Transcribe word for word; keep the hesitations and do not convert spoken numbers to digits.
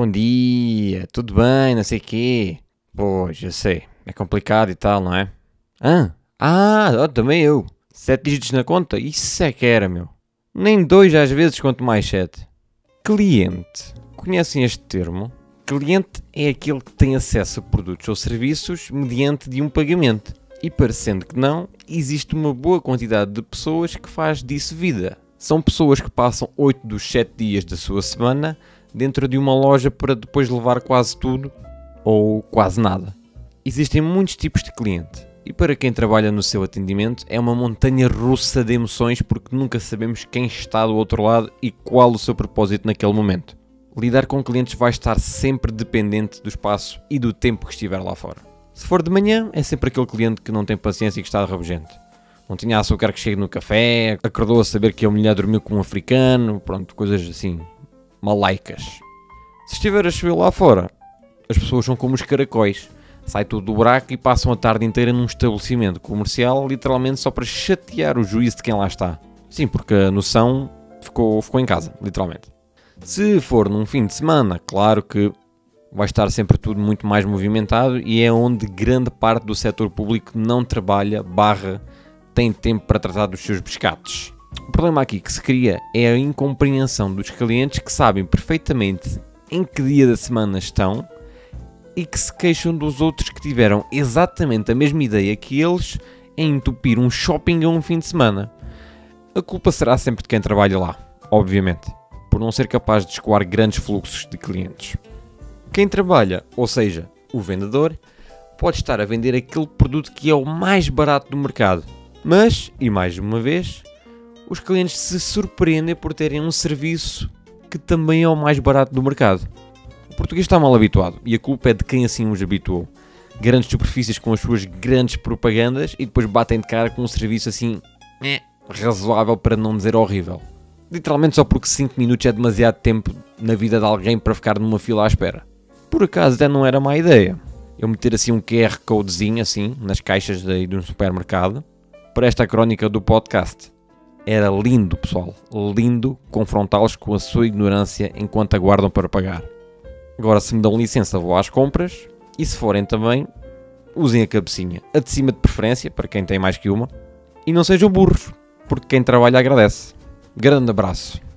bom dia, tudo bem, não sei o quê. Pois, eu sei, é complicado e tal, não é? Ah, ah, ó, também eu. Sete dígitos na conta, isso é que era, meu. Nem dois às vezes, quanto mais sete. Cliente. Conhecem este termo? Cliente é aquele que tem acesso a produtos ou serviços mediante de um pagamento. E parecendo que não, existe uma boa quantidade de pessoas que faz disso vida. São pessoas que passam oito dos sete dias da sua semana dentro de uma loja para depois levar quase tudo ou quase nada. Existem muitos tipos de cliente e para quem trabalha no seu atendimento é uma montanha russa de emoções porque nunca sabemos quem está do outro lado e qual o seu propósito naquele momento. Lidar com clientes vai estar sempre dependente do espaço e do tempo que estiver lá fora. Se for de manhã, é sempre aquele cliente que não tem paciência e que está rabugento. Não tinha açúcar que chegue no café, acordou a saber que a mulher dormiu com um africano, pronto, coisas assim, malaicas. Se estiver a chover lá fora, as pessoas são como os caracóis. Sai tudo do buraco e passam a tarde inteira num estabelecimento comercial, literalmente só para chatear o juízo de quem lá está. Sim, porque a noção ficou, ficou em casa, literalmente. Se for num fim de semana, claro que vai estar sempre tudo muito mais movimentado e é onde grande parte do setor público não trabalha, barra, tem tempo para tratar dos seus pescados. O problema aqui que se cria é a incompreensão dos clientes que sabem perfeitamente em que dia da semana estão e que se queixam dos outros que tiveram exatamente a mesma ideia que eles em entupir um shopping a um fim de semana. A culpa será sempre de quem trabalha lá, obviamente, por não ser capaz de escoar grandes fluxos de clientes. Quem trabalha, ou seja, o vendedor, pode estar a vender aquele produto que é o mais barato do mercado. Mas, e mais uma vez, os clientes se surpreendem por terem um serviço que também é o mais barato do mercado. O português está mal habituado e a culpa é de quem assim os habituou. Grandes superfícies com as suas grandes propagandas e depois batem de cara com um serviço assim, é, razoável para não dizer horrível. Literalmente só porque cinco minutos é demasiado tempo na vida de alguém para ficar numa fila à espera. Por acaso até não era má ideia eu meter assim um Q R Codezinho assim nas caixas de, de um supermercado para esta crónica do podcast. Era lindo, pessoal, lindo confrontá-los com a sua ignorância enquanto aguardam para pagar. Agora, se me dão licença, vou às compras e se forem também, usem a cabecinha, a de cima de preferência, para quem tem mais que uma, e não sejam burros, porque quem trabalha agradece. Grande abraço.